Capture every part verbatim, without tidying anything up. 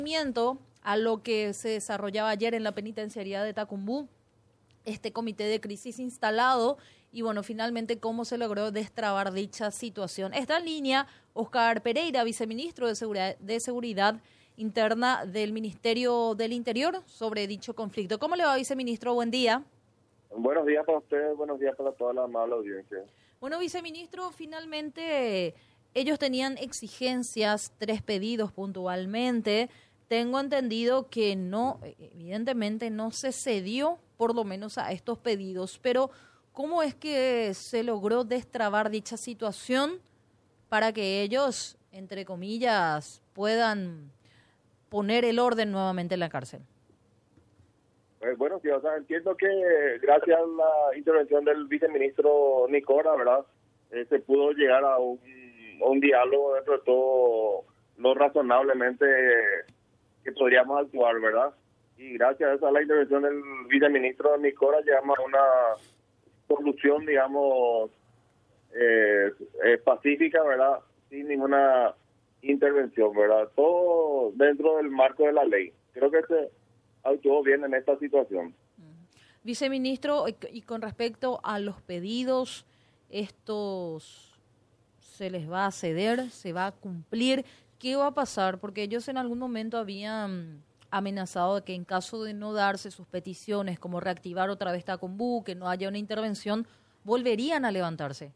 Seguimiento a lo que se desarrollaba ayer en la penitenciaría de Tacumbú, este comité de crisis instalado y bueno, finalmente cómo se logró destrabar dicha situación. Está en línea Oscar Pereira, viceministro de Seguridad, de Seguridad Interna del Ministerio del Interior, sobre dicho conflicto. ¿Cómo le va, viceministro? Buen día. Buenos días para usted, buenos días para toda la amable audiencia. Bueno, viceministro, finalmente ellos tenían exigencias, tres pedidos puntualmente. Tengo entendido que no, evidentemente no se cedió por lo menos a estos pedidos, pero ¿cómo es que se logró destrabar dicha situación para que ellos, entre comillas, puedan poner el orden nuevamente en la cárcel? Eh, bueno, sí, o sea, entiendo que gracias a la intervención del viceministro Nicora, ¿verdad? Eh, se pudo llegar a un, a un diálogo dentro de todo lo razonablemente que podríamos actuar, ¿verdad? Y gracias a la intervención del viceministro Nicora llegamos a una solución, digamos, eh, eh, pacífica, ¿verdad? Sin ninguna intervención, ¿verdad? Todo dentro del marco de la ley. Creo que se actuó bien en esta situación. Viceministro, y con respecto a los pedidos, ¿estos se les va a ceder? ¿Se va a cumplir? ¿Qué va a pasar? Porque ellos en algún momento habían amenazado de que en caso de no darse sus peticiones, como reactivar otra vez Tacumbú, que no haya una intervención, volverían a levantarse.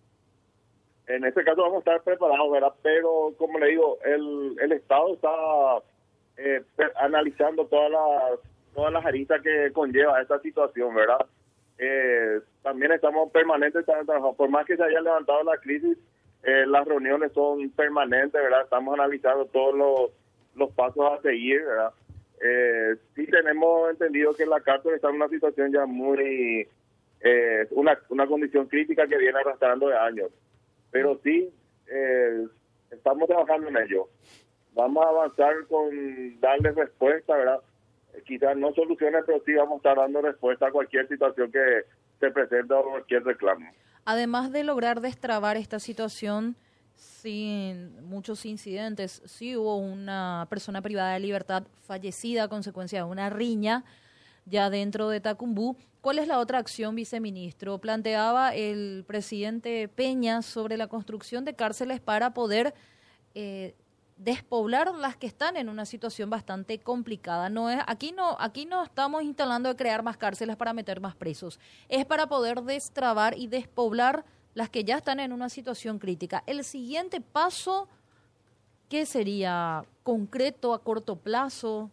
En este caso vamos a estar preparados, ¿verdad? Pero, como le digo, el, el Estado está eh, analizando todas las todas las aristas que conlleva esta situación, ¿verdad? Eh, también estamos permanentes, por más que se haya levantado la crisis, eh, las reuniones son permanentes, ¿verdad? Estamos analizando todos los, los pasos a seguir, ¿verdad? Eh, sí tenemos entendido que la cárcel está en una situación ya muy, eh, una, una condición crítica que viene arrastrando de años. Pero sí, eh, estamos trabajando en ello. Vamos a avanzar con darle respuesta, ¿verdad? Eh, quizás no soluciones, pero sí vamos a estar dando respuesta a cualquier situación que se presente o cualquier reclamo. Además de lograr destrabar esta situación sin muchos incidentes, sí hubo una persona privada de libertad fallecida a consecuencia de una riña ya dentro de Tacumbú. ¿Cuál es la otra acción, viceministro? Planteaba el presidente Peña sobre la construcción de cárceles para poder eh, despoblar las que están en una situación bastante complicada. No es aquí no aquí no estamos instalando de crear más cárceles para meter más presos. Es para poder destrabar y despoblar las que ya están en una situación crítica. El siguiente paso, ¿qué sería? ¿Concreto, a corto plazo?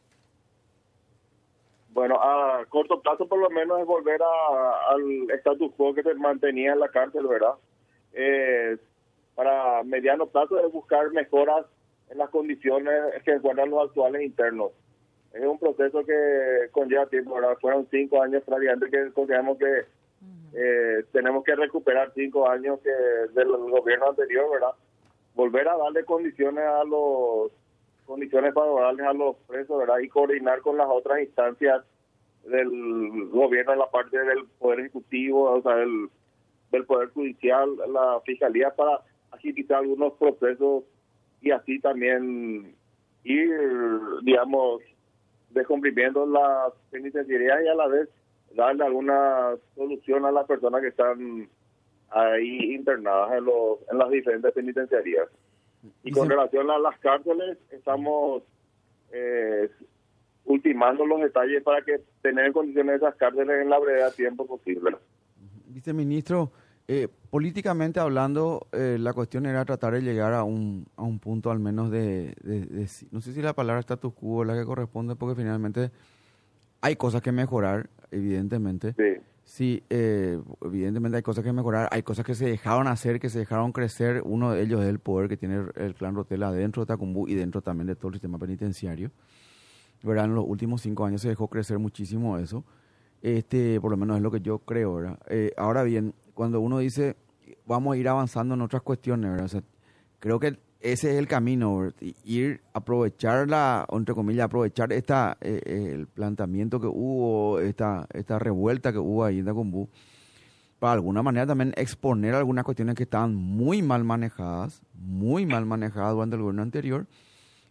Bueno, a corto plazo por lo menos es volver a, al status quo que se mantenía en la cárcel, ¿verdad? Eh, para mediano plazo es buscar mejoras en las condiciones que encuentran los actuales internos. Es un proceso que conlleva tiempo, ¿verdad? Fueron cinco años prácticamente que consideramos que eh, tenemos que recuperar cinco años que del gobierno anterior, ¿verdad? Volver a darle condiciones a los condiciones favorables a los presos, ¿verdad? Y coordinar con las otras instancias del gobierno, la parte del Poder Ejecutivo, o sea, del, del Poder Judicial, la Fiscalía, para agilizar algunos procesos y así también ir, digamos, descomprimiendo las penitenciarías y a la vez darle alguna solución a las personas que están ahí internadas en, los, en las diferentes penitenciarías. Y con relación a las cárceles, estamos eh, ultimando los detalles para que tener en condiciones esas cárceles en la brevedad de tiempo posible. Viceministro, eh, políticamente hablando, eh, la cuestión era tratar de llegar a un a un punto al menos de, de, de, no sé si la palabra status quo es la que corresponde, porque finalmente hay cosas que mejorar, evidentemente. Sí. Sí, eh, evidentemente hay cosas que mejorar, hay cosas que se dejaron hacer, que se dejaron crecer. Uno de ellos es el poder que tiene el clan Rotela dentro de Tacumbú y dentro también de todo el sistema penitenciario. ¿Verdad? En los últimos cinco años se dejó crecer muchísimo eso. Este, por lo menos es lo que yo creo, ¿verdad? Eh, ahora bien, cuando uno dice vamos a ir avanzando en otras cuestiones, ¿verdad? O sea, creo que ese es el camino, ¿verdad? Ir aprovechar la, entre comillas, aprovechar esta eh, el planteamiento que hubo, esta esta revuelta que hubo ahí en Tacumbú, para alguna manera también exponer algunas cuestiones que estaban muy mal manejadas, muy mal manejadas durante el gobierno anterior,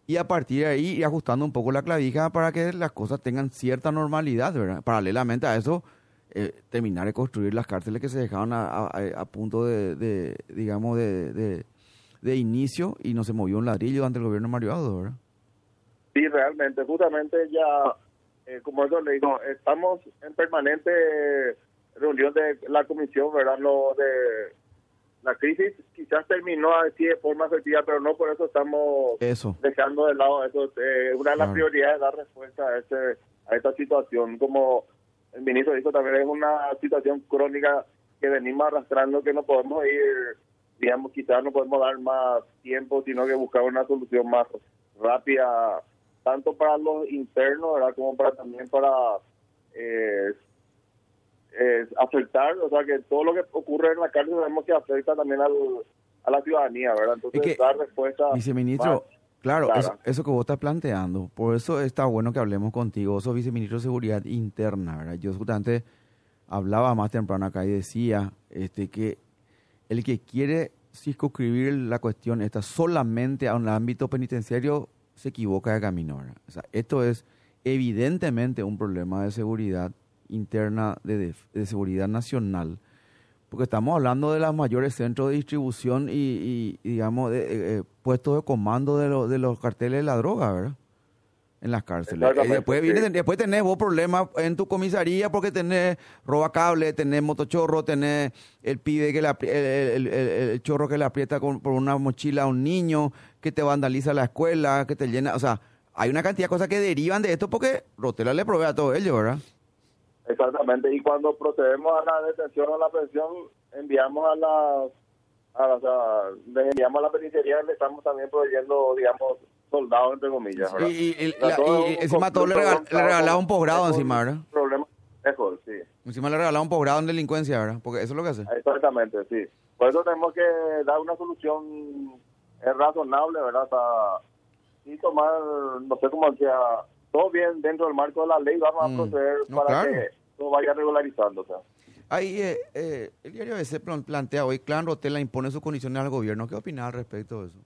y a partir de ahí ir ajustando un poco la clavija para que las cosas tengan cierta normalidad, ¿verdad? Paralelamente a eso, eh, terminar de construir las cárceles que se dejaron a, a, a punto de, de digamos, de, de, de inicio y no se movió un ladrillo ante el gobierno de Mario Abdo, ¿verdad? Sí, realmente, justamente ya, eh, como eso le digo, estamos en permanente reunión de la comisión, ¿verdad? Lo de la crisis quizás terminó así de forma efectiva, pero no por eso estamos eso. dejando de lado eso. Eh, una de las claro. prioridades es dar respuesta a, este, a esta situación. Como el ministro dijo, también es una situación crónica que venimos arrastrando, que no podemos ir, digamos, quizás no podemos dar más tiempo, sino que buscar una solución más rápida, tanto para los internos, ¿verdad?, como para también para eh, eh, afectar, o sea, que todo lo que ocurre en la cárcel sabemos que afecta también al, a la ciudadanía, ¿verdad? Entonces, es que, dar respuesta... Viceministro, claro, eso, eso que vos estás planteando, por eso está bueno que hablemos contigo. Vos sos viceministro de Seguridad Interna, ¿verdad? Yo justamente hablaba más temprano acá y decía este que el que quiere circunscribir la cuestión esta solamente a un ámbito penitenciario se equivoca de camino, ¿verdad? O sea, esto es evidentemente un problema de seguridad interna, de, de, de seguridad nacional, porque estamos hablando de los mayores centros de distribución y, y, y digamos, de, eh, puestos de comando de, lo, de los carteles de la droga, ¿verdad? En las cárceles. Y después, viene, sí. después tenés vos problemas en tu comisaría porque tenés robacable, tenés motochorro, tenés el pibe, que la, el, el, el, el chorro que le aprieta con, por una mochila a un niño, que te vandaliza la escuela, que te llena, o sea, hay una cantidad de cosas que derivan de esto porque Rotela le provee a todo ello, ¿verdad? Exactamente, y cuando procedemos a la detención o la presión, enviamos a la, a, o sea, le enviamos a la penitenciaría, le estamos también proveyendo, digamos, soldados, entre comillas, ¿verdad? Y, y, la, y, y encima todo le, regal, le regalaba un posgrado encima, ¿verdad? Problema, eso, sí. Encima le regalaba un posgrado en delincuencia, ¿verdad? Porque eso es lo que hace. Exactamente, sí. Por eso tenemos que dar una solución eh, razonable, ¿verdad? O sea, y tomar, no sé cómo sea, todo bien dentro del marco de la ley, vamos mm, a proceder no, para claro. que todo vaya regularizando, o sea. Ahí, eh, eh, el diario A B C plantea hoy, Clan Rotela impone sus condiciones al gobierno. ¿Qué opinas al respecto de eso?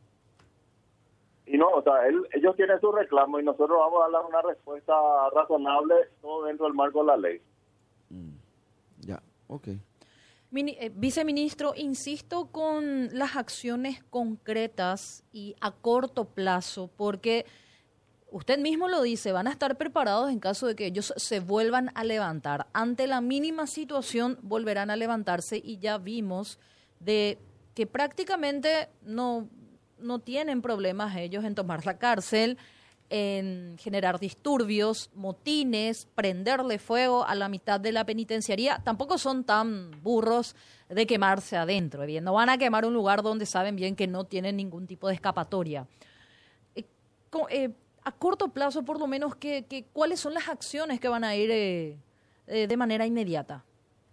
Y no, o sea, él, ellos tienen su reclamo y nosotros vamos a darle una respuesta razonable, todo dentro del marco de la ley. Mm, ya, ok. Mini, eh, viceministro, insisto con las acciones concretas y a corto plazo, porque usted mismo lo dice, van a estar preparados en caso de que ellos se vuelvan a levantar. Ante la mínima situación volverán a levantarse y ya vimos de que prácticamente no... no tienen problemas ellos en tomar la cárcel, en generar disturbios, motines, prenderle fuego a la mitad de la penitenciaría. Tampoco son tan burros de quemarse adentro. Bien, no van a quemar un lugar donde saben bien que no tienen ningún tipo de escapatoria. Eh, con, eh, a corto plazo, por lo menos, ¿qué, qué, ¿cuáles son las acciones que van a ir eh, eh, de manera inmediata?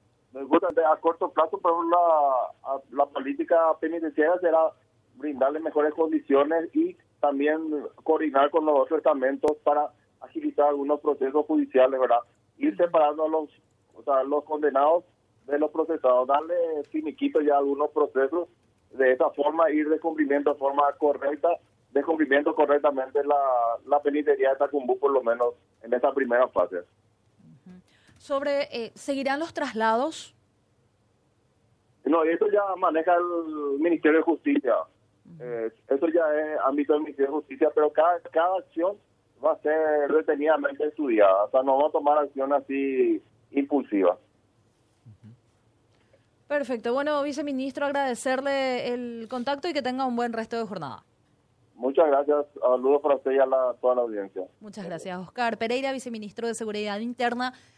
A corto plazo, por la, la política penitenciaria será brindarle mejores condiciones y también coordinar con los otros estamentos para agilizar algunos procesos judiciales, ¿verdad? Ir separando a los, o sea, los condenados de los procesados, darle finiquito ya a algunos procesos, de esa forma ir de cumplimiento de forma correcta, de cumplimiento correctamente la, la penitenciaría de Tacumbú, por lo menos en esta primera fase. Uh-huh. Sobre, eh, ¿seguirán los traslados? No, eso ya maneja el Ministerio de Justicia. Eh, eso ya es ámbito del Ministerio de Justicia, pero cada, cada acción va a ser detenidamente estudiada. O sea, no vamos a tomar acción así impulsiva. Perfecto. Bueno, viceministro, agradecerle el contacto y que tenga un buen resto de jornada. Muchas gracias. Saludos para usted y a la, toda la audiencia. Muchas gracias, Oscar Pereira, viceministro de Seguridad Interna.